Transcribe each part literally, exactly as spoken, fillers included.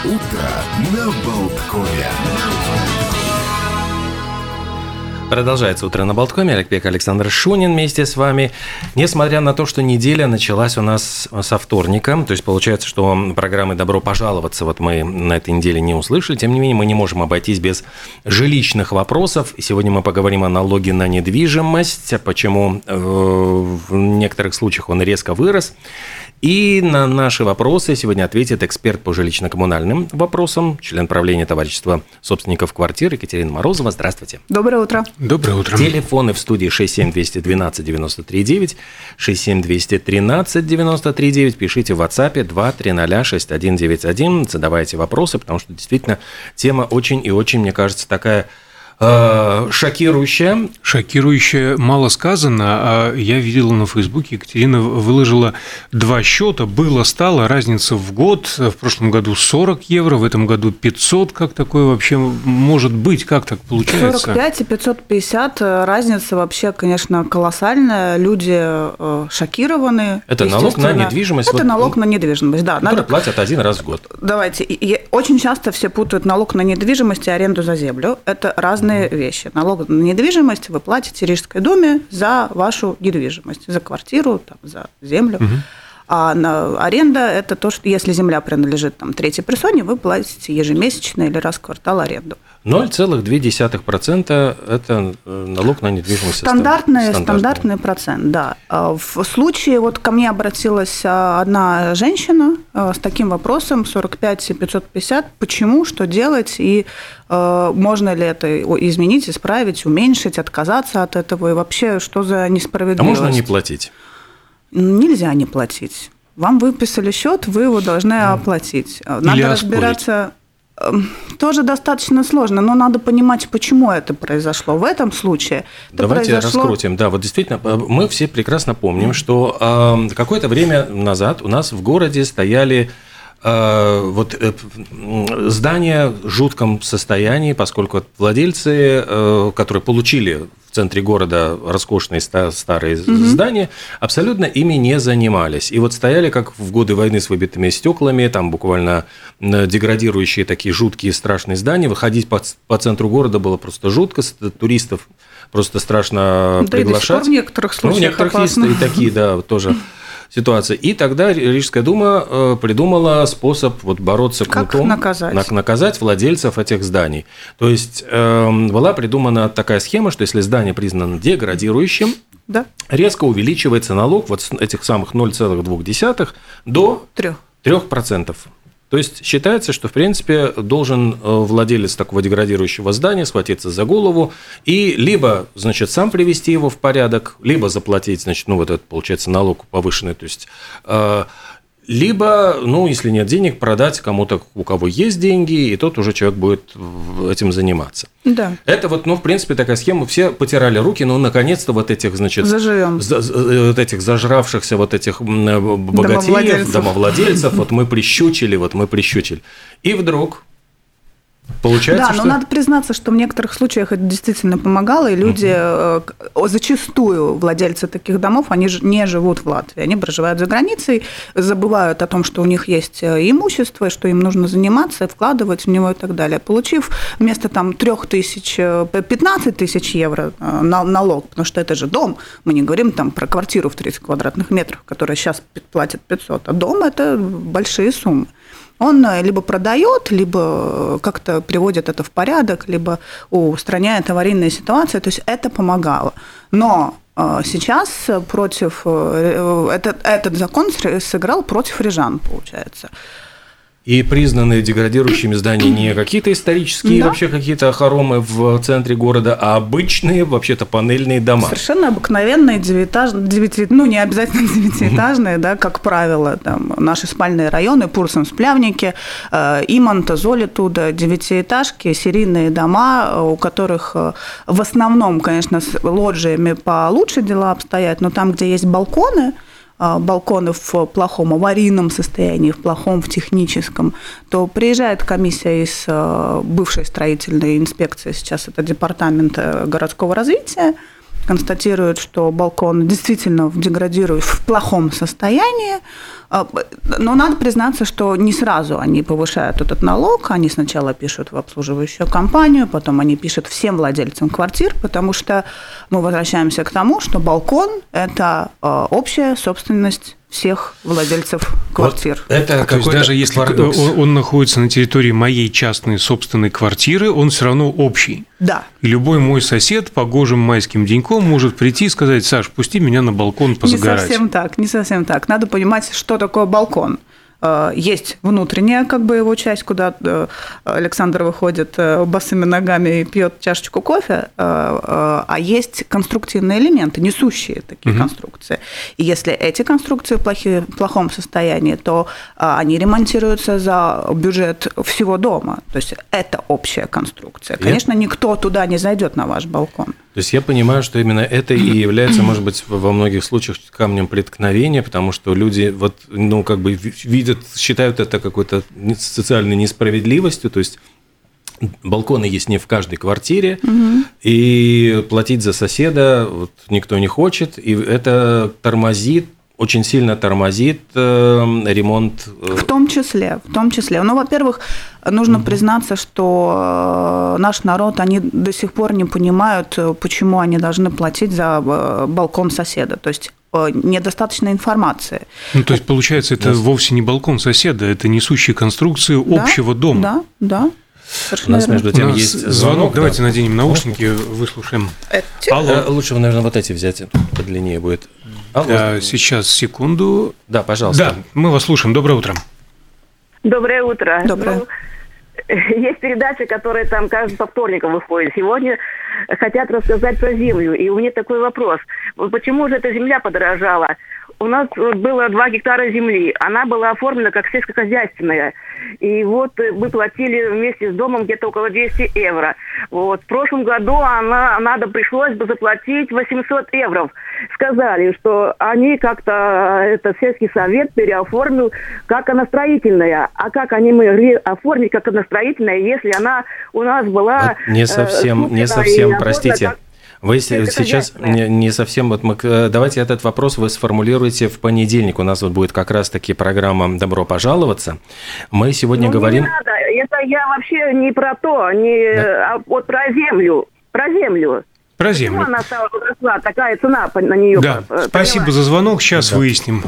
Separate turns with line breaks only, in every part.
Утро на Болткове.
Продолжается «Утро на Болткоме». Олег Пек, Александр Шунин вместе с вами. Несмотря на то, что неделя началась у нас со вторника, то есть получается, что программы «Добро пожаловаться» вот мы на этой неделе не услышали, тем не менее мы не можем обойтись без жилищных вопросов. Сегодня мы поговорим о налоге на недвижимость, почему в некоторых случаях он резко вырос. И на наши вопросы сегодня ответит эксперт по жилищно-коммунальным вопросам, член правления товарищества собственников квартир Екатерина Морозова. Здравствуйте.
Доброе утро.
Доброе утро.
Телефоны в студии шесть семь двести двенадцать девяносто три девять, шесть семь двести тринадцать девяносто три девять. Пишите в WhatsApp два три ноль шесть один девять один. Задавайте вопросы, потому что действительно тема очень и очень, мне кажется, такая шокирующая.
Шокирующая, мало сказано. А я видел на Фейсбуке, Екатерина выложила два счета. Было, стало, разница в год. В прошлом году сорок евро, в этом году пятьсот. Как такое вообще может быть? Как так получается?
сорок пять и пятьсот пятьдесят. Разница вообще, конечно, колоссальная. Люди шокированы.
Это налог на недвижимость?
Это
вот,
налог на недвижимость, да.
Который
надо...
платят один раз в год.
Давайте. И очень часто все путают налог на недвижимость и аренду за землю. Это разные вещи. Налог на недвижимость вы платите Рижской думе за вашу недвижимость, за квартиру, там, за землю. Угу. А на аренда – это то, что если земля принадлежит там, третьей персоне, вы платите ежемесячно или раз в квартал аренду.
ноль целых две десятых процента – это налог на недвижимость.
Стандартный,
стандартный.
стандартный процент, да. В случае, вот ко мне обратилась одна женщина с таким вопросом, сорок пять и пятьсот пятьдесят, почему, что делать, и можно ли это изменить, исправить, уменьшить, отказаться от этого, и вообще, что за несправедливость?
А можно не платить?
Нельзя не платить. Вам выписали счет, вы его должны оплатить. Надо
Или
разбираться. Тоже достаточно сложно, но надо понимать, почему это произошло. В этом случае это
Давайте
произошло...
раскрутим. Да, вот действительно, мы все прекрасно помним, что какое-то время назад у нас в городе стояли вот здания в жутком состоянии, поскольку владельцы, которые получили в центре города роскошные старые mm-hmm. здания, абсолютно ими не занимались. И вот стояли, как в годы войны с выбитыми стеклами, там буквально деградирующие такие жуткие страшные здания. Выходить по, по центру города было просто жутко, туристов просто страшно да приглашать.
И до сих пор в некоторых случаях
ну, в некоторых
опасно.
есть и такие, да, тоже ситуации. И тогда Рижская дума придумала способ вот бороться кнутом,
как наказать?
наказать владельцев этих зданий. То есть была придумана такая схема, что если здание признано деградирующим,
да.
резко увеличивается налог вот с этих самых ноль целых две десятых до трёх процентов. То есть считается, что, в принципе, должен владелец такого деградирующего здания схватиться за голову и либо, значит, сам привести его в порядок, либо заплатить, значит, ну, вот этот, получается, налог повышенный, то есть, либо, ну, если нет денег, продать кому-то, у кого есть деньги, и тот уже человек будет этим заниматься.
Да.
Это вот, ну, в принципе, такая схема, все потирали руки, ну, наконец-то вот этих, значит,
заживем.
За, вот этих зажравшихся вот этих богатеев, домовладельцев. домовладельцев, вот мы прищучили, вот мы прищучили. И вдруг получается,
да,
что...
но надо признаться, что в некоторых случаях это действительно помогало, и люди, угу. зачастую владельцы таких домов, они не живут в Латвии, они проживают за границей, забывают о том, что у них есть имущество, что им нужно заниматься, вкладывать в него и так далее. Получив вместо там трех тысяч, пятнадцать тысяч евро налог, потому что это же дом, мы не говорим там про квартиру в тридцать квадратных метров, которая сейчас платит пятьсот, а дом – это большие суммы. Он либо продает, либо как-то приводит это в порядок, либо устраняет аварийные ситуации. То есть это помогало. Но сейчас против этот, этот закон сыграл против рижан, получается.
И признанные деградирующими здания не какие-то исторические, да. вообще какие-то хоромы в центре города, а обычные, вообще-то, панельные дома.
Совершенно обыкновенные девятиэтажные, девяти, ну, не обязательно девятиэтажные, да, как правило, там, наши спальные районы, Пурсенс-Плявники, Иманта, Золитуда, девятиэтажки, серийные дома, у которых в основном, конечно, с лоджиями получше дела обстоят, но там, где есть балконы, балконы в плохом аварийном состоянии, в плохом в техническом, то приезжает комиссия из бывшей строительной инспекции, сейчас это департамент городского развития, констатируют, что балкон действительно деградирует в плохом состоянии. Но надо признаться, что не сразу они повышают этот налог. Они сначала пишут в обслуживающую компанию, потом они пишут всем владельцам квартир, потому что мы возвращаемся к тому, что балкон – это общая собственность всех владельцев квартир.
Вот это
То есть даже если он, он находится на территории моей частной собственной квартиры, он все равно общий.
Да. И
любой мой сосед погожим майским деньком может прийти и сказать: Саш, пусти меня на балкон позагорать.
Не совсем так, не совсем так. Надо понимать, что такое балкон. Есть внутренняя как бы его часть, куда Александр выходит босыми ногами и пьет чашечку кофе, а есть конструктивные элементы, несущие такие угу. конструкции. И если эти конструкции в плохи, плохом состоянии, то они ремонтируются за бюджет всего дома. То есть это общая конструкция. Конечно, никто туда не зайдет на ваш балкон.
То есть я понимаю, что именно это и является, может быть, во многих случаях камнем преткновения, потому что люди вот, ну, как бы видят, считают это какой-то социальной несправедливостью, то есть балконы есть не в каждой квартире, угу. и платить за соседа вот никто не хочет, и это тормозит, очень сильно тормозит э, ремонт.
В том числе, в том числе. Ну, во-первых, нужно mm-hmm. признаться, что наш народ, они до сих пор не понимают, почему они должны платить за балкон соседа. То есть недостаточно информации.
Ну, то есть, получается, это yes. вовсе не балкон соседа, это несущие конструкции да, общего дома.
Да, да.
Совершенно У нас, верно. Между тем, есть звонок.
звонок. Давайте да. наденем наушники, выслушаем.
Алло. Лучше, наверное, вот эти взять, подлиннее будет.
Алло. Сейчас, секунду.
Да, пожалуйста.
Да, мы вас слушаем. Доброе утро.
Доброе утро.
Доброе.
Ну, есть передача, которая там каждый по вторникам выходит. Сегодня хотят рассказать про землю. И у меня такой вопрос. Почему же эта земля подорожала? У нас было два гектара земли. Она была оформлена как сельскохозяйственная. И вот мы платили вместе с домом где-то около двести евро. Вот. В прошлом году она, надо пришлось бы заплатить восемьсот евро. Сказали, что они как-то, это сельский совет переоформил, как она строительная. А как они могли оформить как она строительная, если она у нас была...
Вот не совсем, э, не совсем, простите. Как... Вы это сейчас не, не совсем... Вот мы, давайте этот вопрос вы сформулируете в понедельник. У нас вот будет как раз-таки программа «Добро пожаловаться». Мы сегодня ну, говорим...
Не надо. Это я вообще не про то, не да. а вот про землю. Про землю.
Про землю.
Почему она стала росла, такая цена на нее?
Да. Спасибо за звонок. Сейчас да. выясним.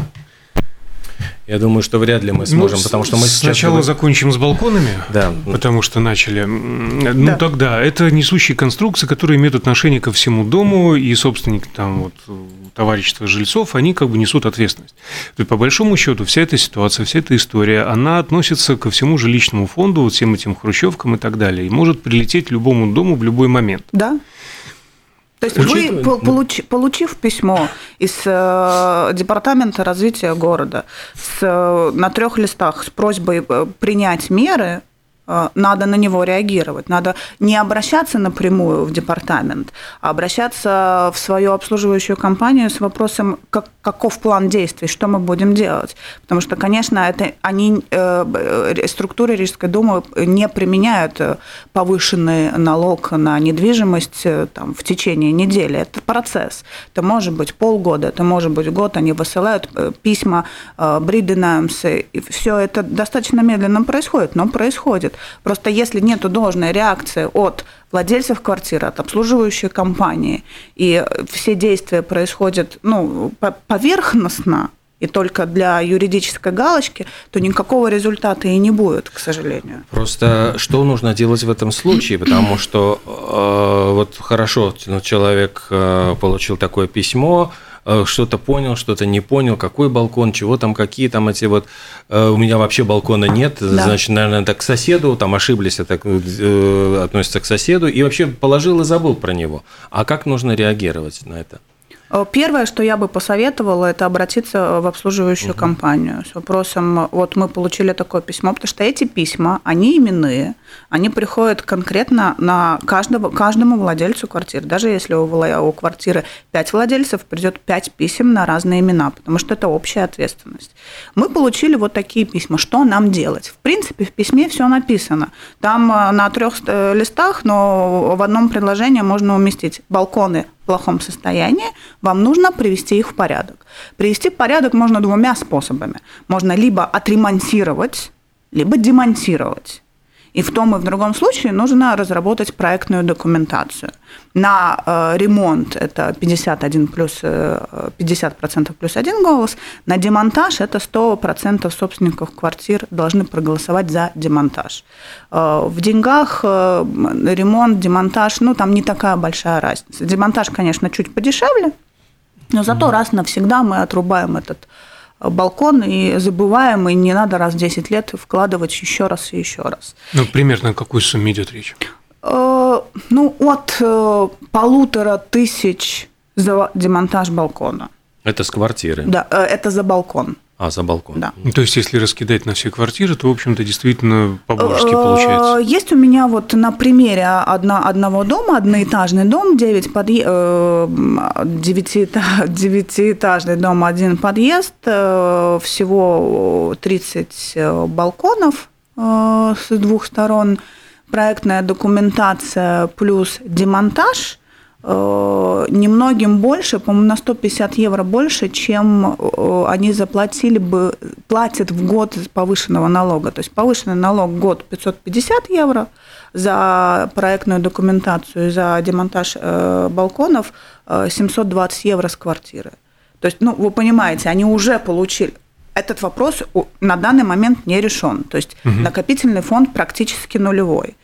Я думаю, что вряд ли мы сможем, ну, потому что мы
сначала сейчас... закончим с балконами,
да.
потому что начали. Ну,
да.
тогда это несущие конструкции, которые имеют отношение ко всему дому, и собственники там вот товарищества жильцов, они как бы несут ответственность. То есть, по большому счету, вся эта ситуация, вся эта история, она относится ко всему жилищному фонду, вот всем этим хрущевкам и так далее, и может прилететь любому дому в любой момент.
Да. То есть вы, получив, получив письмо из э, Департамента развития города с, э, на трех листах с просьбой принять меры, э, надо на него реагировать. Надо не обращаться напрямую в департамент, а обращаться в свою обслуживающую компанию с вопросом, как, каков план действий, что мы будем делать. Потому что, конечно, это, они, э, структуры Рижской думы не применяют повышенный налог на недвижимость там, в течение недели. Это процесс. Это может быть полгода, это может быть год. Они высылают письма, бридинамсы. И все это достаточно медленно происходит, но происходит. Просто если нет должной реакции от владельцев квартиры, от обслуживающей компании, и все действия происходят ну, поверхностно, и только для юридической галочки, то никакого результата и не будет, к сожалению.
Просто что нужно делать в этом случае? Потому что э, вот хорошо, человек э, получил такое письмо, что-то понял, что-то не понял, какой балкон, чего там, какие там эти вот... У меня вообще балкона нет, да. Значит, наверное, это к соседу, там ошиблись, это относится к соседу, и вообще положил и забыл про него. А как нужно реагировать на это?
Первое, что я бы посоветовала, это обратиться в обслуживающую угу. компанию с вопросом, вот мы получили такое письмо, потому что эти письма, они именные, они приходят конкретно на каждого, каждому владельцу квартиры. Даже если у, у квартиры пять владельцев, придет пять писем на разные имена, потому что это общая ответственность. Мы получили вот такие письма, что нам делать? В принципе, в письме все написано. Там на трех листах, но в одном предложении можно уместить балконы в плохом состоянии, вам нужно привести их в порядок. Привести в порядок можно двумя способами. Можно либо отремонтировать, либо демонтировать. И в том и в другом случае нужно разработать проектную документацию. На э, ремонт это пятьдесят один плюс, э, пятьдесят процентов плюс один голос, на демонтаж это сто процентов собственников квартир должны проголосовать за демонтаж. Э, в деньгах э, ремонт, демонтаж, ну там не такая большая разница. Демонтаж, конечно, чуть подешевле, но зато mm-hmm. раз навсегда мы отрубаем этот балкон и забываем, и не надо раз в десять лет вкладывать еще раз и еще раз.
Ну, примерно о какой сумме идет речь?
Ну, от полутора тысяч за демонтаж балкона.
Это с квартиры?
Да, это за балкон.
А, за балкон.
Да.
То есть, если раскидать на все квартиры, то, в общем-то, действительно по-божески получается.
Есть у меня вот на примере одно, одного дома, одноэтажный дом, девять подъ... девятиэтажный дом, один подъезд, всего тридцать балконов с двух сторон, проектная документация плюс демонтаж. Немногим больше, по-моему, на сто пятьдесят евро больше, чем они заплатили бы, платят в год повышенного налога. То есть повышенный налог в год пятьсот пятьдесят евро за проектную документацию, за демонтаж балконов семьсот двадцать евро с квартиры. То есть, ну, вы понимаете, они уже получили. Этот вопрос на данный момент не решен. То есть угу. накопительный фонд практически нулевой.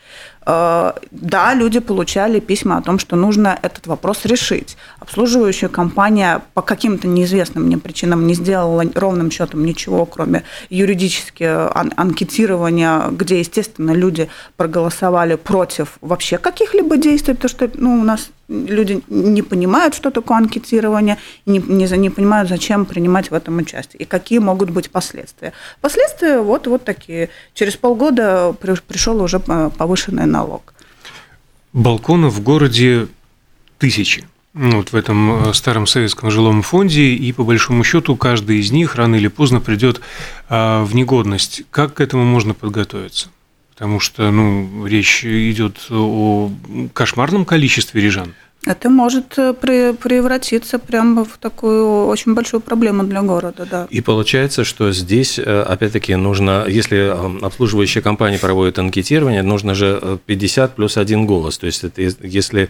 Да, люди получали письма о том, что нужно этот вопрос решить. Обслуживающая компания по каким-то неизвестным мне причинам не сделала ровным счетом ничего, кроме юридически анкетирования, где, естественно, люди проголосовали против вообще каких-либо действий, потому что ну, у нас люди не понимают, что такое анкетирование, не, не, не понимают, зачем принимать в этом участие и какие могут быть последствия. Последствия вот, вот такие. Через полгода пришел уже повышенный налог.
Балконов в городе тысячи. Вот в этом старом советском жилом фонде, и по большому счету каждый из них рано или поздно придет в негодность. Как к этому можно подготовиться? Потому что ну, речь идет о кошмарном количестве рижан.
Это может превратиться прямо в такую очень большую проблему для города, да.
И получается, что здесь, опять-таки, нужно, если обслуживающая компания проводит анкетирование, нужно же пятьдесят плюс один голос. То есть, это если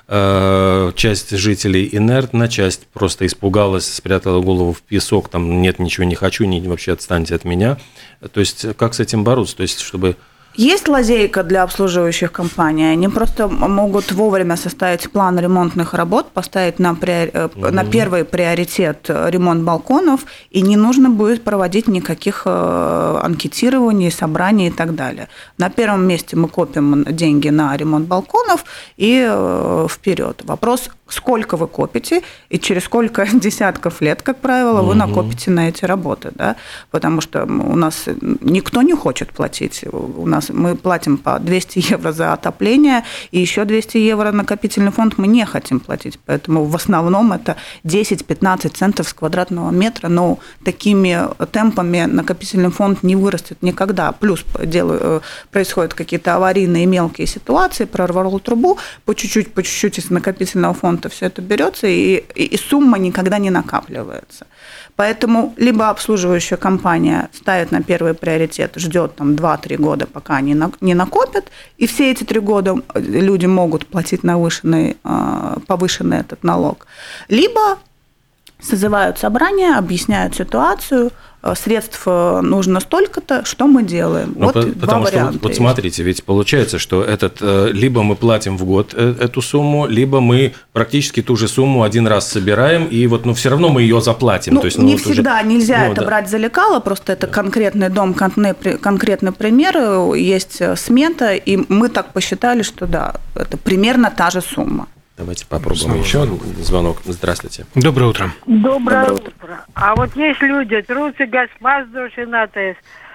часть жителей инертна, часть просто испугалась, спрятала голову в песок, там нет, ничего не хочу, не, вообще отстаньте от меня. То есть, как с этим бороться? То есть, чтобы...
Есть лазейка для обслуживающих компаний. Они просто могут вовремя составить план ремонтных работ, поставить на, приори... угу. на первый приоритет ремонт балконов, и не нужно будет проводить никаких анкетирований, собраний и так далее. На первом месте мы копим деньги на ремонт балконов и вперед. Вопрос, сколько вы копите и через сколько десятков лет, как правило, вы накопите на эти работы. Да? Потому что у нас никто не хочет платить. У нас мы платим по двести евро за отопление, и еще двести евро накопительный фонд мы не хотим платить. Поэтому в основном это десять-пятнадцать центов с квадратного метра. Но такими темпами накопительный фонд не вырастет никогда. Плюс делаю, происходят какие-то аварийные мелкие ситуации, прорвало трубу, по чуть-чуть, по чуть-чуть из накопительного фонда все это берется, и, и, и сумма никогда не накапливается. Поэтому либо обслуживающая компания ставит на первый приоритет, ждет там два-три года, пока они не накопят, и все эти три года люди могут платить повышенный, повышенный этот налог. Либо созывают собрание, объясняют ситуацию, средств нужно столько-то, что мы делаем.
Ну,
вот
по-
два
потому
варианта.
Что, вот смотрите, ведь получается, что этот, либо мы платим в год эту сумму, либо мы практически ту же сумму один раз собираем, и вот, ну, все равно мы ее заплатим.
Ну,
То есть, ну,
не
вот
всегда
уже...
нельзя
ну,
это
да.
брать за лекало, просто это конкретный дом, конкретный пример, есть смета, и мы так посчитали, что да, это примерно та же сумма.
Давайте попробуем
Снова.
еще звонок. Здравствуйте.
Доброе утро.
Доброе,
Доброе
утро. А вот есть люди, трусы, газмаздушинатес,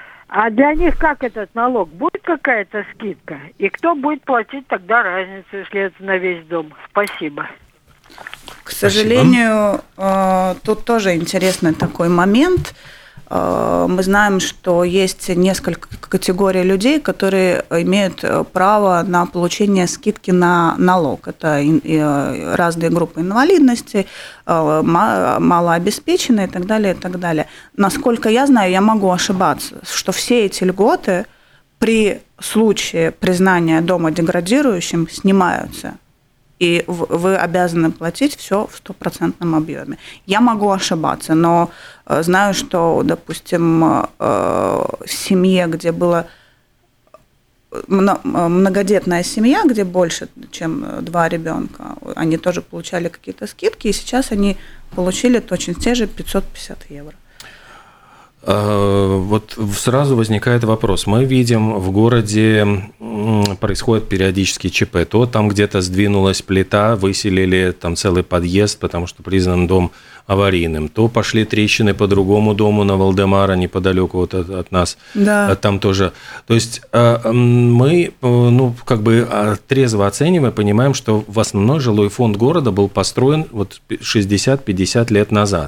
а для них как этот налог? Будет какая-то скидка? И кто будет платить тогда разницу, если это на весь дом? Спасибо.
К сожалению, Спасибо. Тут тоже интересный такой момент. Мы знаем, что есть несколько категорий людей, которые имеют право на получение скидки на налог. Это разные группы инвалидности, малообеспеченные и так далее, и так далее. Насколько я знаю, я могу ошибаться, что все эти льготы при случае признания дома деградирующим снимаются. И вы обязаны платить все в стопроцентном объеме. Я могу ошибаться, но знаю, что, допустим, в семье, где была многодетная семья, где больше, чем два ребенка, они тоже получали какие-то скидки, и сейчас они получили точно те же пятьсот пятьдесят евро.
Вот сразу возникает вопрос. Мы видим, в городе происходит периодически ЧП. То там где-то сдвинулась плита, выселили там целый подъезд, потому что признан дом аварийным. То пошли трещины по другому дому на Валдемара, неподалеку вот от, от нас. Да. Там тоже. То есть мы, ну, как бы трезво оцениваем, понимаем, что в основном жилой фонд города был построен вот шестьдесят-пятьдесят лет назад.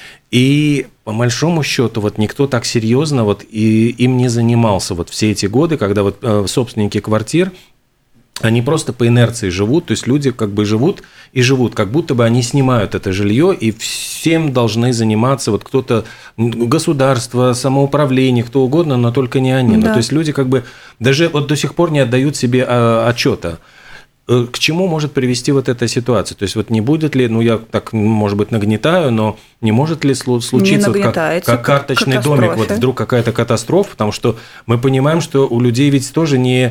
И по большому счету вот никто так серьезно вот и им не занимался вот все эти годы, когда вот собственники квартир, они просто по инерции живут, то есть люди как бы живут и живут, как будто бы они снимают это жилье, и всем должны заниматься вот кто-то, государство, самоуправление, кто угодно, но только не они. Да. Ну, то есть люди как бы даже вот до сих пор не отдают себе отчета. К чему может привести вот эта ситуация? То есть вот не будет ли, ну я так, может быть, нагнетаю, но не может ли случиться, вот как, как карточный домик, вот вдруг какая-то катастрофа, потому что мы понимаем, что у людей ведь тоже не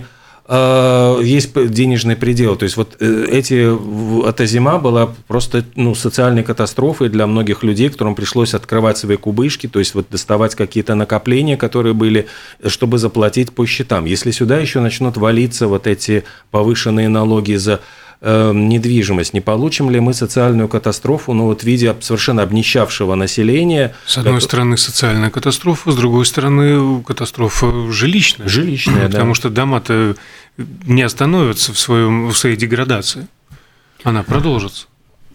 э, есть денежный предел. То есть вот эти, эта зима была просто ну, социальной катастрофой для многих людей, которым пришлось открывать свои кубышки, то есть вот доставать какие-то накопления, которые были, чтобы заплатить по счетам. Если сюда еще начнут валиться вот эти повышенные налоги за э, недвижимость, не получим ли мы социальную катастрофу, ну вот в виде совершенно обнищавшего населения?
С одной как... стороны социальная катастрофа, с другой стороны катастрофа жилищная.
Жилищная, да.
Потому что дома-то не остановятся в, своем, в своей деградации, она продолжится.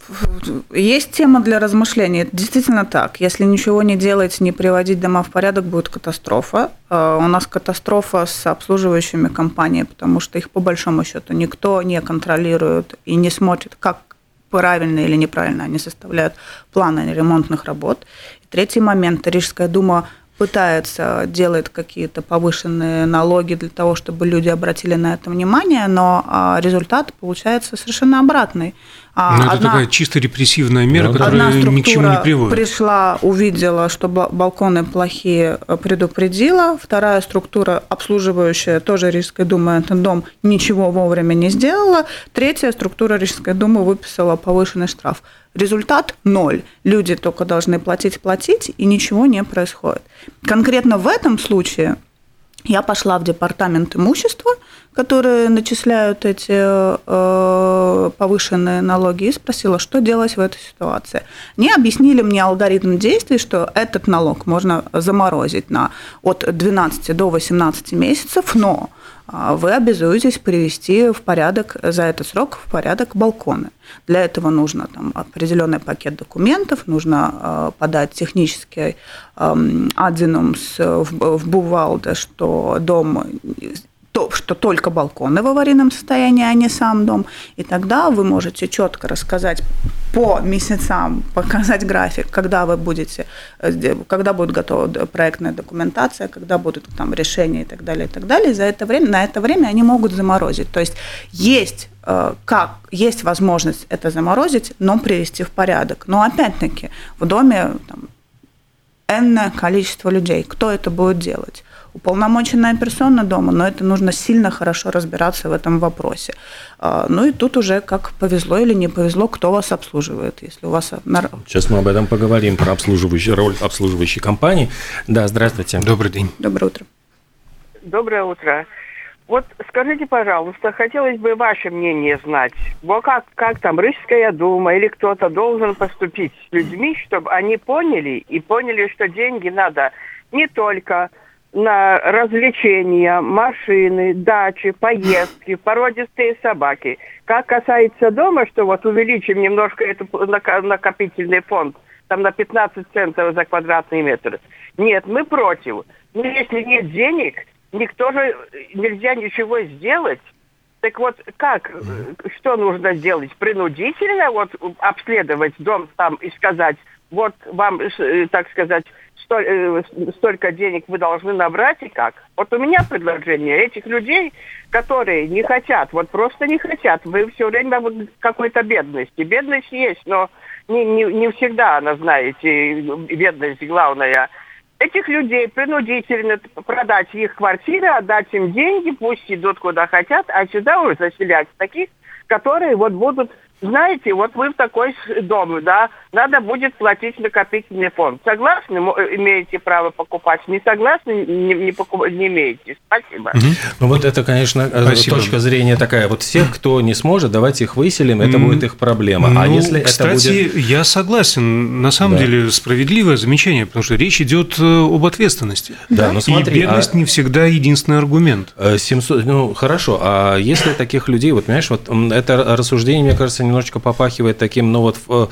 Есть тема для размышлений. Это действительно так. Если ничего не делать, не приводить дома в порядок, будет катастрофа. У нас катастрофа с обслуживающими компаниями, потому что их по большому счету никто не контролирует и не смотрит, как правильно или неправильно они составляют планы ремонтных работ. И третий момент. Рижская дума пытается, делает какие-то повышенные налоги для того, чтобы люди обратили на это внимание, но результат получается совершенно обратный.
Но одна, это такая чисто репрессивная мера, ну, которая ни к чему не приводит.
Пришла, увидела, что балконы плохие, предупредила. Вторая структура, обслуживающая тоже Рижская дума, этот дом, ничего вовремя не сделала. Третья структура Рижской думы выписала повышенный штраф. Результат – ноль. Люди только должны платить, платить, и ничего не происходит. Конкретно в этом случае я пошла в департамент имущества, которые начисляют эти э, повышенные налоги, и спросила, что делать в этой ситуации. Они объяснили мне алгоритм действий, что этот налог можно заморозить на, от двенадцати до восемнадцати месяцев, но вы обязуетесь привести в порядок за этот срок в порядок балконы. Для этого нужно там, определенный пакет документов, нужно э, подать технический э, адзинумс в, в Бувалде, что дом, то, что только балконы в аварийном состоянии, а не сам дом. И тогда вы можете четко рассказать по месяцам, показать график, когда вы будете, когда будет готова проектная документация, когда будут там решения и так далее, и так далее. За это время, на это время они могут заморозить. То есть есть, как, есть возможность это заморозить, но привести в порядок. Но опять-таки в доме там, энное количество людей. Кто это будет делать? Уполномоченная персона дома, но это нужно сильно хорошо разбираться в этом вопросе. Ну и тут уже как повезло или не повезло, кто вас обслуживает. Если у вас...
Сейчас мы об этом поговорим, про обслуживающую роль обслуживающей компании. Да, здравствуйте.
Добрый день.
Доброе утро.
Доброе утро. Вот скажите, пожалуйста, хотелось бы ваше мнение знать. Вот как, как там Рижская дума или кто-то должен поступить с людьми, чтобы они поняли и поняли, что деньги надо не только на развлечения, машины, дачи, поездки, породистые собаки. Как касается дома, что вот увеличим немножко этот накопительный фонд там на пятнадцать центов за квадратный метр. Нет, мы против. Но если нет денег, никто же нельзя ничего сделать. Так вот, как, что нужно сделать? Принудительно вот обследовать дом там и сказать, вот вам, так сказать, столько денег вы должны набрать и как? Вот у меня предложение этих людей, которые не хотят, вот просто не хотят, вы все время в какой-то бедности. Бедность есть, но не, не, не всегда она, знаете, бедность главная. Этих людей принудительно продать их квартиры, отдать им деньги, пусть идут куда хотят, а сюда уже заселять таких, которые вот будут, знаете, вот вы в такой дом, да, надо будет платить накопительный фонд. Согласны? Имеете право покупать. Не согласны? Не, не, покуп... не имеете. Спасибо. Угу.
Ну вот это, конечно, Спасибо. Точка зрения такая. Вот всех, кто не сможет, давайте их выселим, это mm. будет их проблема.
Ну,
а если
кстати,
это будет...
я согласен. На самом да. деле справедливое замечание, потому что речь идет об ответственности.
Да, но смотри,
и бедность а... не всегда единственный аргумент.
семьсот Ну, хорошо. А если таких людей, вот, понимаешь, вот это рассуждение, мне кажется, немножечко попахивает таким, ну вот,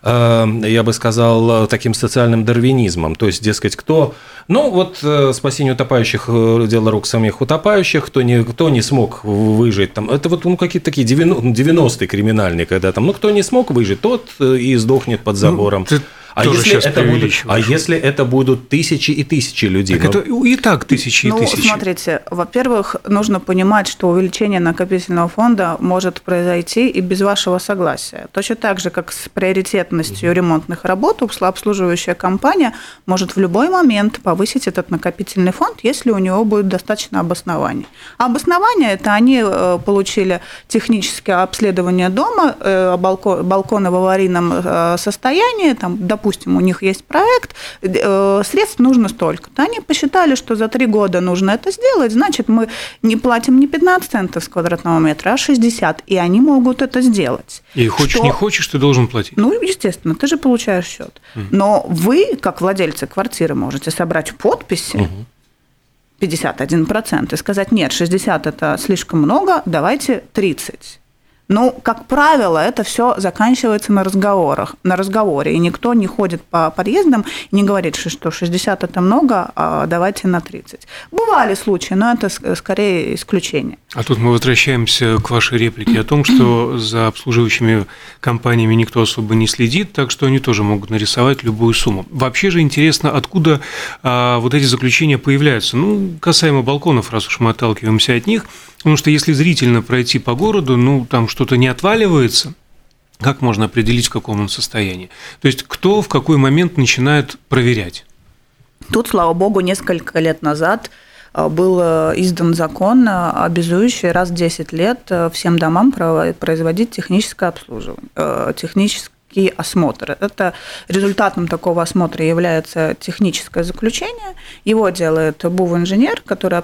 я бы сказал, таким социальным дарвинизмом. То есть, дескать, кто... Ну, вот спасение утопающих – дело рук самих утопающих, кто не, кто не смог выжить. Там, это вот ну, какие-то такие девяностые криминальные, когда там, ну, кто не смог выжить, тот и сдохнет под забором. Ну, А если, это будут, а если это будут тысячи и тысячи людей?
Так ну, это и так тысячи
ну,
и тысячи.
Ну, смотрите, во-первых, нужно понимать, что увеличение накопительного фонда может произойти и без вашего согласия. Точно так же, как с приоритетностью ремонтных работ, обслуживающая компания может в любой момент повысить этот накопительный фонд, если у него будет достаточно обоснований. А обоснования – это они получили техническое обследование дома, балконы в аварийном состоянии, там, допустим, Допустим, у них есть проект, средств нужно столько-то. Они посчитали, что за три года нужно это сделать, значит, мы не платим не пятнадцать центов с квадратного метра, а шестьдесят, и они могут это сделать.
И хочешь, что... не хочешь, ты должен платить.
Ну, естественно, ты же получаешь счет. Угу. Но вы, как владельцы квартиры, можете собрать подписи, угу. пятьдесят один процент, и сказать, нет, шестьдесят – это слишком много, давайте тридцать. Ну, как правило, это все заканчивается на разговорах, на разговоре, и никто не ходит по подъездам и не говорит, что шестьдесят – это много, а давайте на тридцать. Бывали случаи, но это скорее исключение.
А тут мы возвращаемся к вашей реплике о том, что за обслуживающими компаниями никто особо не следит, так что они тоже могут нарисовать любую сумму. Вообще же интересно, откуда а, вот эти заключения появляются. Ну, касаемо балконов, раз уж мы отталкиваемся от них, потому что если зрительно пройти по городу, ну, там что-то не отваливается, как можно определить, в каком он состоянии? То есть, кто в какой момент начинает проверять?
Тут, слава богу, несколько лет назад был издан закон, обязующий раз в десять лет всем домам производить техническое обслуживание, техническое осмотр. Это результатом такого осмотра является техническое заключение. Его делает БУВ-инженер, который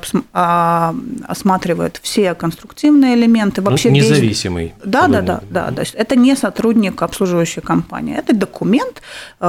осматривает все конструктивные элементы. Вообще
ну, независимый.
Весь... Да, да, да, да, да. Это не сотрудник обслуживающей компании. Это документ.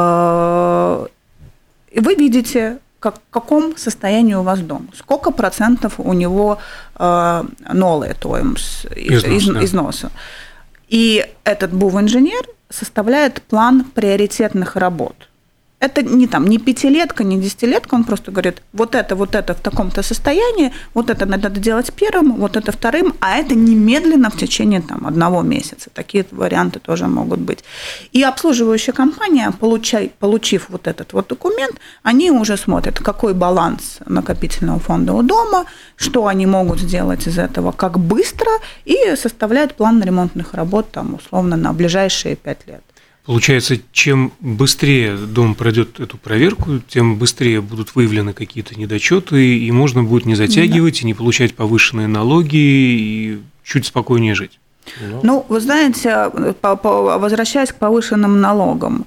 Вы видите, как, в каком состоянии у вас дом, сколько процентов у него нолы, то есть износ, да. износа. И этот БУВ-инженер составляет план приоритетных работ. Это не, там, не пятилетка, не десятилетка, он просто говорит, вот это, вот это в таком-то состоянии, вот это надо делать первым, вот это вторым, а это немедленно в течение там, одного месяца. Такие варианты тоже могут быть. И обслуживающая компания, получай, получив вот этот вот документ, они уже смотрят, какой баланс накопительного фонда у дома, что они могут сделать из этого, как быстро, и составляют план ремонтных работ там, условно на ближайшие пять лет.
Получается, чем быстрее дом пройдет эту проверку, тем быстрее будут выявлены какие-то недочеты, и можно будет не затягивать, да. и не получать повышенные налоги, и чуть спокойнее жить.
Ну, вы знаете, возвращаясь к повышенным налогам,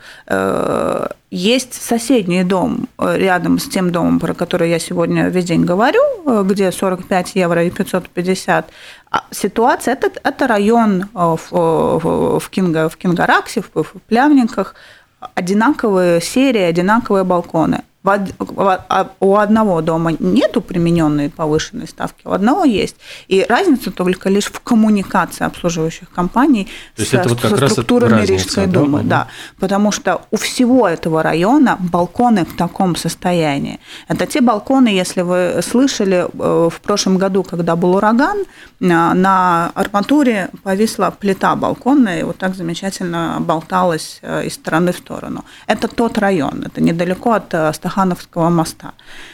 есть соседний дом рядом с тем домом, про который я сегодня весь день говорю, где сорок пять евро и пятьсот пятьдесят. Ситуация – это, это район в, в, Кинга, в Кингараксе, в, в Плявниках, одинаковые серии, одинаковые балконы. У одного дома нету примененной повышенной ставки, у одного есть. И разница только лишь в коммуникации обслуживающих компаний
То есть
со,
это вот как
со
раз
структурами
разница,
Рижской
да?
думы.
Угу.
Да, потому что у всего этого района балконы в таком состоянии. Это те балконы, если вы слышали, в прошлом году, когда был ураган, на арматуре повисла плита балконная, и вот так замечательно болталась из стороны в сторону. Это тот район, это недалеко от Стахановского моста.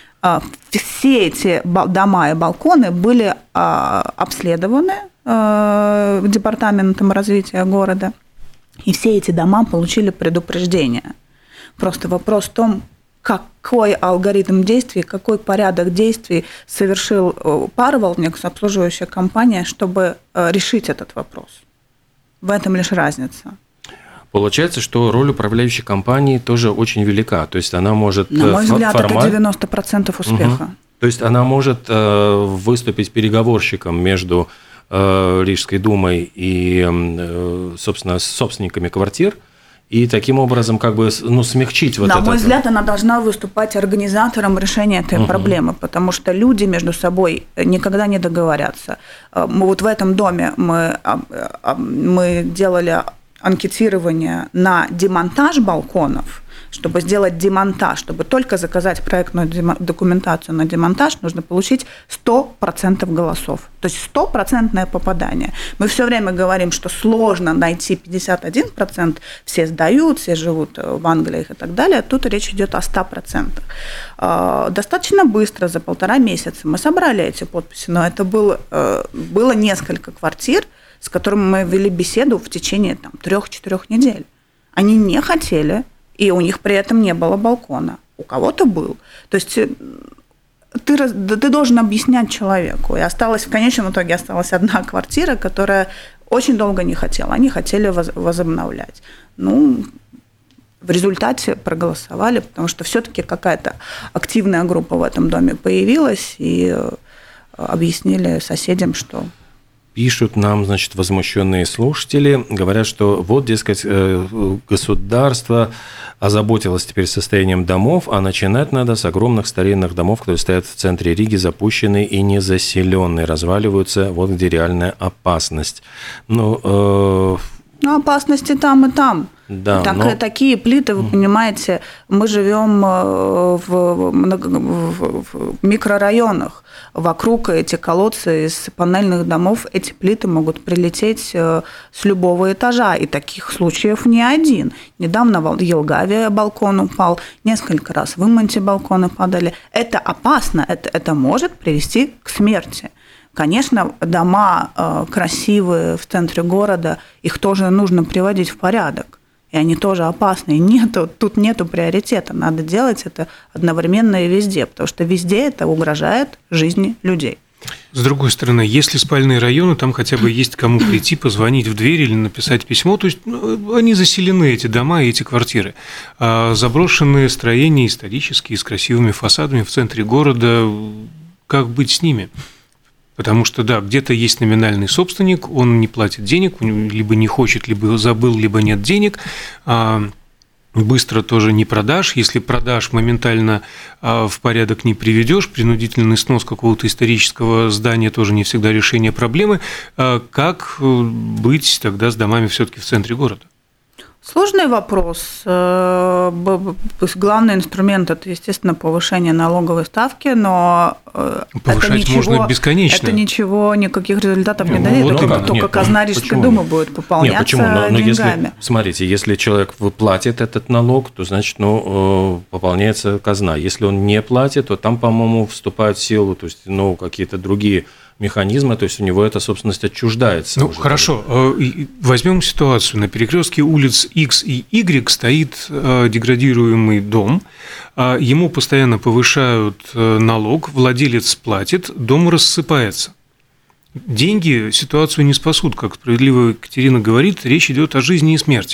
Все эти дома и балконы были обследованы департаментом развития города, и все эти дома получили предупреждение. Просто вопрос в том, какой алгоритм действий, какой порядок действий совершил Pārvaldnieks, обслуживающая компания, чтобы решить этот вопрос. В этом лишь разница.
Получается, что роль управляющей компании тоже очень велика. То есть она может...
На мой взгляд,
формаль...
это девяносто процентов успеха.
Угу. То есть она может выступить переговорщиком между Рижской думой и, собственно, собственниками квартир, и таким образом как бы ну, смягчить вот
На
это.
На мой взгляд, она должна выступать организатором решения этой угу. проблемы, потому что люди между собой никогда не договорятся. Мы вот в этом доме мы, мы делали анкетирование на демонтаж балконов. Чтобы сделать демонтаж, чтобы только заказать проектную документацию на демонтаж, нужно получить сто процентов голосов. То есть стопроцентное попадание. Мы все время говорим, что сложно найти пятьдесят один процент, все сдают, все живут в Англии и так далее. Тут речь идет о ста процентах. Достаточно быстро, за полтора месяца мы собрали эти подписи, но это было, было несколько квартир, с которыми мы вели беседу в течение там, трех-четырех недель. Они не хотели, и у них при этом не было балкона. У кого-то был. То есть ты, ты должен объяснять человеку. И осталась, в конечном итоге осталась одна квартира, которая очень долго не хотела. Они хотели возобновлять. Ну, в результате проголосовали, потому что все-таки какая-то активная группа в этом доме появилась, и объяснили соседям, что...
Пишут нам, значит, возмущенные слушатели, говорят, что вот, дескать, государство озаботилось теперь состоянием домов, а начинать надо с огромных старинных домов, которые стоят в центре Риги, запущенные и незаселенные, разваливаются, вот где реальная опасность. Ну, э...
ну опасности там и там.
Да,
так,
но...
Такие плиты, вы понимаете, мы живем в, в, в микрорайонах. Вокруг эти колодцы из панельных домов, эти плиты могут прилететь с любого этажа. И таких случаев не один. Недавно в Елгаве балкон упал, несколько раз в Иманте балконы падали. Это опасно, это, это может привести к смерти. Конечно, дома красивые в центре города, их тоже нужно приводить в порядок. И они тоже опасны. Нету, тут нету приоритета. Надо делать это одновременно и везде, потому что везде это угрожает жизни людей.
С другой стороны, если спальные районы, там хотя бы есть кому прийти, позвонить в дверь или написать письмо, то есть ну, они заселены, эти дома и эти квартиры. А заброшенные строения исторические, с красивыми фасадами в центре города, как быть с ними? Потому что, да, где-то есть номинальный собственник, он не платит денег, либо не хочет, либо забыл, либо нет денег. Быстро тоже не продашь. Если продашь, моментально в порядок не приведешь. Принудительный снос какого-то исторического здания тоже не всегда решение проблемы. Как быть тогда с домами все-таки в центре города?
Сложный вопрос. Главный инструмент – это, естественно, повышение налоговой ставки, но
повышать
это ничего,
можно бесконечно.
Это ничего, никаких результатов не
ну,
дает,
вот
только,
как?
только
Нет,
казна
ну,
Рижской
почему?
думы будет пополняться
Нет, почему? Но, но
деньгами.
Если, смотрите, если человек выплатит этот налог, то, значит, ну, пополняется казна. Если он не платит, то там, по-моему, вступают в силу, то есть, ну, какие-то другие механизмы, то есть у него эта собственность отчуждается.
Ну, хорошо, возьмем ситуацию. На перекрестке улиц X и Y стоит деградируемый дом, ему постоянно повышают налог, владелец платит, дом рассыпается. Деньги ситуацию не спасут, как справедливо Екатерина говорит, речь идет о жизни и смерти.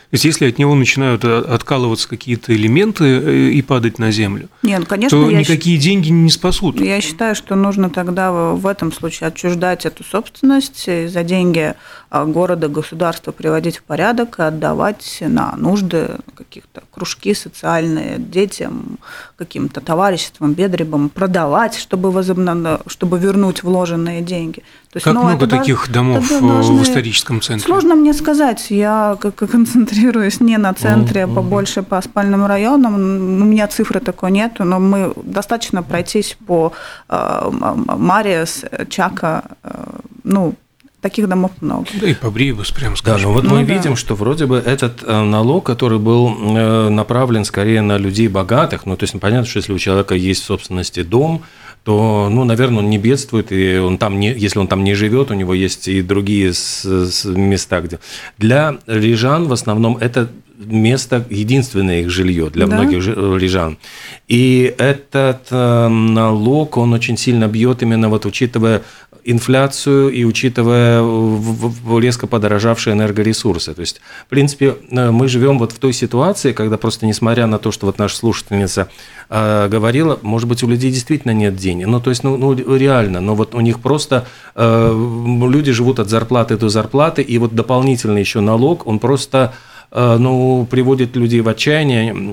есть, если от него начинают откалываться какие-то элементы и падать на землю,
Нет, конечно,
то
я
никакие
щ...
деньги не спасут.
Я считаю, что нужно тогда в этом случае отчуждать эту собственность и за деньги города, государства приводить в порядок и отдавать на нужды каких-то кружки социальные детям, каким-то товариществам, бедребам, продавать, чтобы, возобновно... чтобы вернуть вложенные деньги. То есть,
как
ну,
много
это
таких
даже,
домов
должны...
в историческом центре?
Сложно мне сказать. Я как концентрируюсь не на центре, mm-hmm. побольше по спальным районам. У меня цифры такой нету, но мы достаточно пройтись по э, Мариас, Чака, э, ну, таких домов много.
Да и по Бриебус, прям скажем.
Да, ну вот
ну,
мы
да.
видим, что вроде бы этот налог, который был направлен скорее на людей богатых, ну, то есть понятно, что если у человека есть в собственности дом, то, ну, наверное, он не бедствует, и он там не, если он там не живет, у него есть и другие с, с места, где... Для рижан в основном это место единственное их жилье для да. многих рижан. И этот налог, он очень сильно бьет именно вот учитывая инфляцию и учитывая резко подорожавшие энергоресурсы. То есть, в принципе, мы живем вот в той ситуации, когда просто несмотря на то, что вот наша слушательница э, говорила, может быть, у людей действительно нет денег. Ну, то есть, ну, ну реально, но вот у них просто э, люди живут от зарплаты до зарплаты, и вот дополнительный еще налог, он просто э, ну, приводит людей в отчаяние.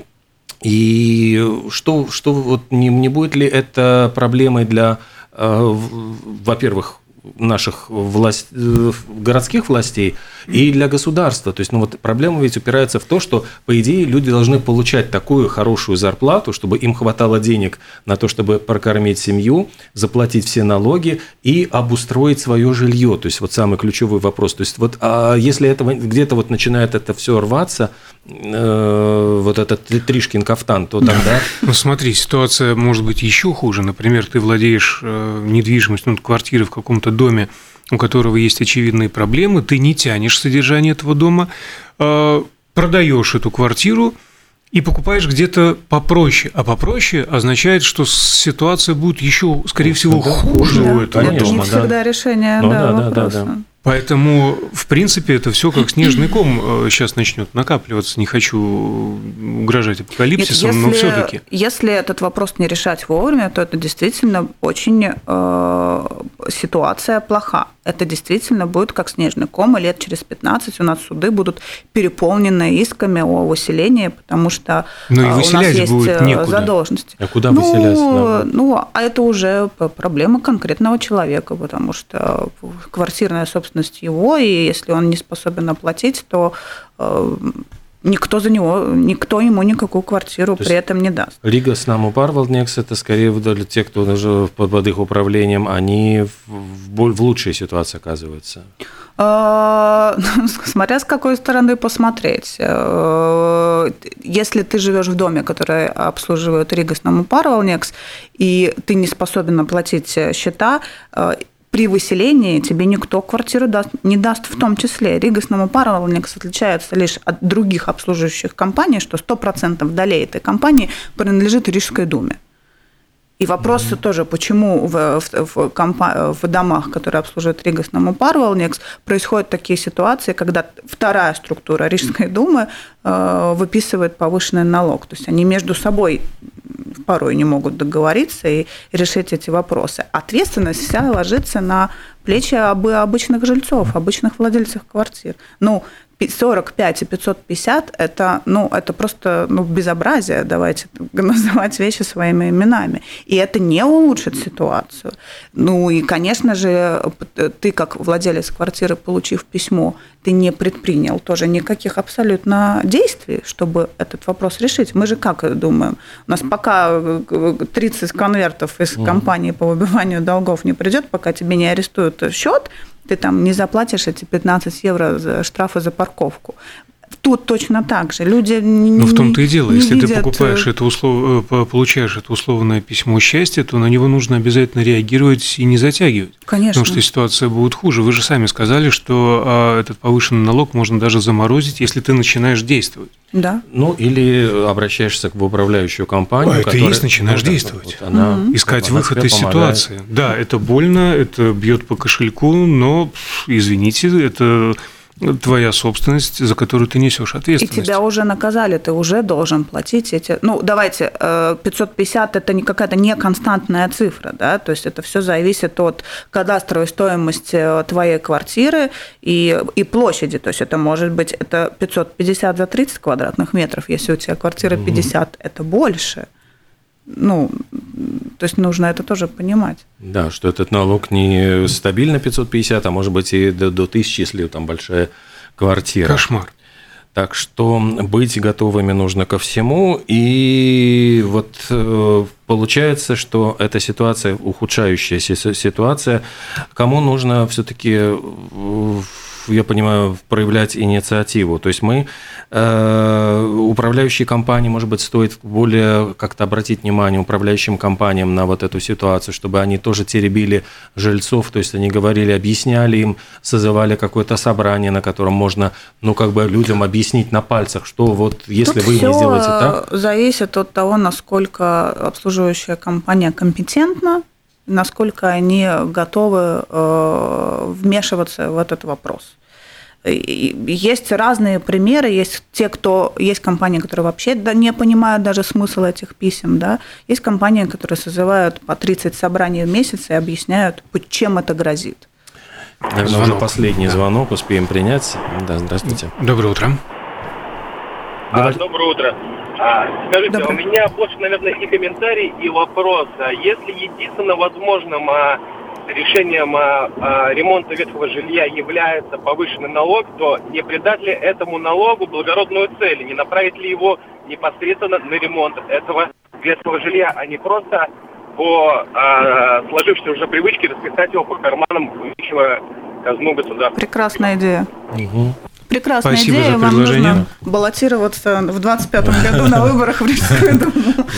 И что, что вот не, не будет ли это проблемой для, во-первых, наших власть, городских властей и для государства? То есть, ну вот проблема ведь упирается в то, что, по идее, люди должны получать такую хорошую зарплату, чтобы им хватало денег на то, чтобы прокормить семью, заплатить все налоги и обустроить свое жилье. То есть, вот самый ключевой вопрос. То есть, вот а если это где-то вот начинает это все рваться, э, вот этот Тришкин кафтан, то тогда...
Ну, смотри, ситуация может быть еще хуже. Например, ты владеешь недвижимостью, ну, квартирой в каком-то доме, у которого есть очевидные проблемы, ты не тянешь содержание этого дома, продаешь эту квартиру и покупаешь где-то попроще. А попроще означает, что ситуация будет еще, скорее всего, да, хуже да, у этого
конечно,
дома.
Это не всегда
да.
решение
ну,
да,
да,
вопроса.
Да, да, да.
Поэтому, в принципе, это все как снежный ком сейчас начнет накапливаться. Не хочу угрожать апокалипсисом,
Нет,
но
если,
все-таки.
Если этот вопрос не решать вовремя, то это действительно очень э, ситуация плоха. Это действительно будет как снежный ком, и лет через пятнадцать у нас суды будут переполнены исками о выселении, потому что
ну, и
у нас есть
некуда.
задолженности.
А куда
ну,
выселять? Да.
Ну, а это уже проблема конкретного человека, потому что квартирная собственность его, и если он не способен оплатить, то э, никто за него, никто ему никакую квартиру то при этом не даст.
Рига с нами Парвалднекс, это скорее для тех, кто даже под их управлением, они в, в лучшей ситуации оказываются.
Смотря с какой стороны посмотреть. Если ты живешь в доме, который обслуживает Рига с нами Парвалднекс, и ты не способен оплатить счета, при выселении тебе никто квартиру даст, не даст в том числе. Рига с нами Парвалднекс отличается лишь от других обслуживающих компаний, что сто процентов долей этой компании принадлежит Рижской думе. И вопросы mm-hmm. тоже, почему в, в, в, компа- в домах, которые обслуживают Рига с нами Парвалднекс, происходят такие ситуации, когда вторая структура Рижской думы э, выписывает повышенный налог. То есть они между собой порой не могут договориться и решить эти вопросы. Ответственность вся ложится на плечи обычных жильцов, обычных владельцев квартир. Ну, сорок пять и пятьсот пятьдесят – это, ну, это просто ну, безобразие, давайте называть вещи своими именами. И это не улучшит ситуацию. Ну и, конечно же, ты как владелец квартиры, получив письмо, ты не предпринял тоже никаких абсолютно действий, чтобы этот вопрос решить. Мы же как думаем? У нас пока тридцать конвертов из компании по выбиванию долгов не придет, пока тебе не арестуют счет, ты там не заплатишь эти пятнадцать евро за штрафы за парковку. Тут точно так же. Люди не
Ну, в том-то и дело. Если
видят...
ты покупаешь это услов... получаешь это условное письмо счастья, то на него нужно обязательно реагировать и не затягивать.
Конечно.
Потому что ситуация будет хуже. Вы же сами сказали, что этот повышенный налог можно даже заморозить, если ты начинаешь действовать.
Да.
Ну, или обращаешься в управляющую компанию.
А, это
которая...
и есть начинаешь
ну,
действовать.
Вот она,
угу.
Искать
она
выход из
помогает.
ситуации. Да, это больно, это бьет по кошельку, но, извините, это... твоя собственность, за которую ты несешь ответственность.
И тебя уже наказали, ты уже должен платить эти... Ну, давайте, пятьсот пятьдесят – это не какая-то не константная цифра, да, то есть это все зависит от кадастровой стоимости твоей квартиры и, и площади, то есть это может быть это пятьсот пятьдесят за тридцать квадратных метров, если у тебя квартира пятьдесят, mm-hmm. это больше. Ну, то есть нужно это тоже понимать.
Да, что этот налог не стабильно пятьсот пятьдесят, а может быть и до, до тысячи, если там большая квартира.
Кошмар.
Так что быть готовыми нужно ко всему. И вот получается, что эта ситуация, ухудшающаяся ситуация, кому нужно все-таки, я понимаю, проявлять инициативу. То есть мы, управляющие компании, может быть, стоит более как-то обратить внимание управляющим компаниям на вот эту ситуацию, чтобы они тоже теребили жильцов, то есть они говорили, объясняли им, созывали какое-то собрание, на котором можно, ну, как бы людям объяснить на пальцах, что вот если
Тут
вы не сделаете так...
зависит от того, насколько обслуживающая компания компетентна, насколько они готовы вмешиваться в этот вопрос. Есть разные примеры, есть те, кто, есть компании, которые вообще не понимают даже смысл этих писем, да, есть компании, которые созывают по тридцать собраний в месяц и объясняют, чем это грозит.
Наверное, звонок. Уже последний да. звонок успеем принять. Да, здравствуйте.
Доброе утро.
А, доброе утро. А, скажите, доброе. У меня больше, наверное, и комментарий, и вопрос. Если единственно возможным а, решением а, а, ремонта ветхого жилья является повышенный налог, то не придать ли этому налогу благородную цель, не направить ли его непосредственно на ремонт этого ветхого жилья, а не просто по а, сложившейся уже привычке расписать его по карманам, увеличивая казну государства.
Прекрасная идея.
Угу.
Прекрасная
Спасибо
идея.
за
Вам
предложение.
нужно баллотироваться в двадцать пятом году на выборах в Рижскую думу.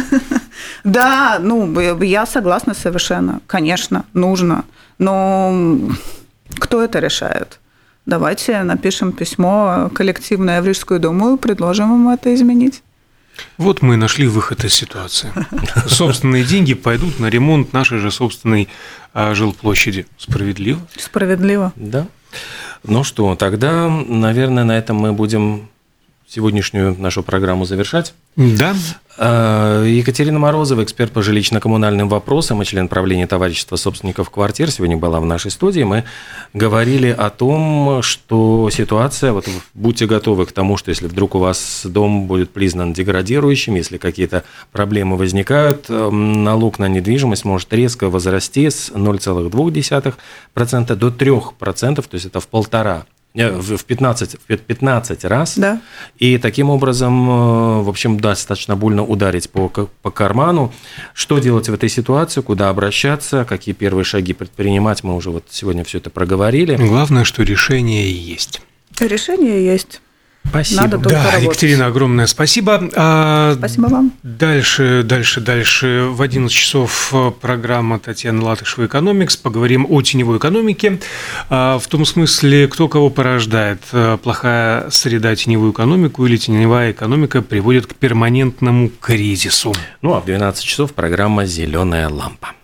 Да, ну, я согласна совершенно. Конечно, нужно. Но кто это решает? Давайте напишем письмо коллективное в Рижскую думу и предложим им это изменить.
Вот мы и нашли выход из ситуации. Собственные деньги пойдут на ремонт нашей же собственной жилплощади. Справедливо?
Справедливо.
Да. Ну что, тогда, наверное, на этом мы будем сегодняшнюю нашу программу завершать.
Да.
Екатерина Морозова, эксперт по жилищно-коммунальным вопросам и член правления товарищества собственников квартир, сегодня была в нашей студии. Мы говорили о том, что ситуация, вот будьте готовы к тому, что если вдруг у вас дом будет признан деградирующим, если какие-то проблемы возникают, налог на недвижимость может резко возрасти с ноль целых две десятых процента до трех процентов, то есть это в полтора в пятнадцать, в пятнадцать раз,
да.
И таким образом, в общем, достаточно больно ударить по, по карману. Что делать в этой ситуации, куда обращаться, какие первые шаги предпринимать, мы уже вот сегодня все это проговорили.
Главное, что решение есть.
Решение есть.
Спасибо.
Надо только
да,
работать.
Екатерина, огромное спасибо.
Спасибо вам.
Дальше, дальше, дальше. В одиннадцать часов программа Татьяны Латышевой «Экономикс». Поговорим о теневой экономике. В том смысле, кто кого порождает. Плохая среда теневую экономику или теневая экономика приводит к перманентному кризису.
Ну, а в двенадцать часов программа «Зеленая лампа».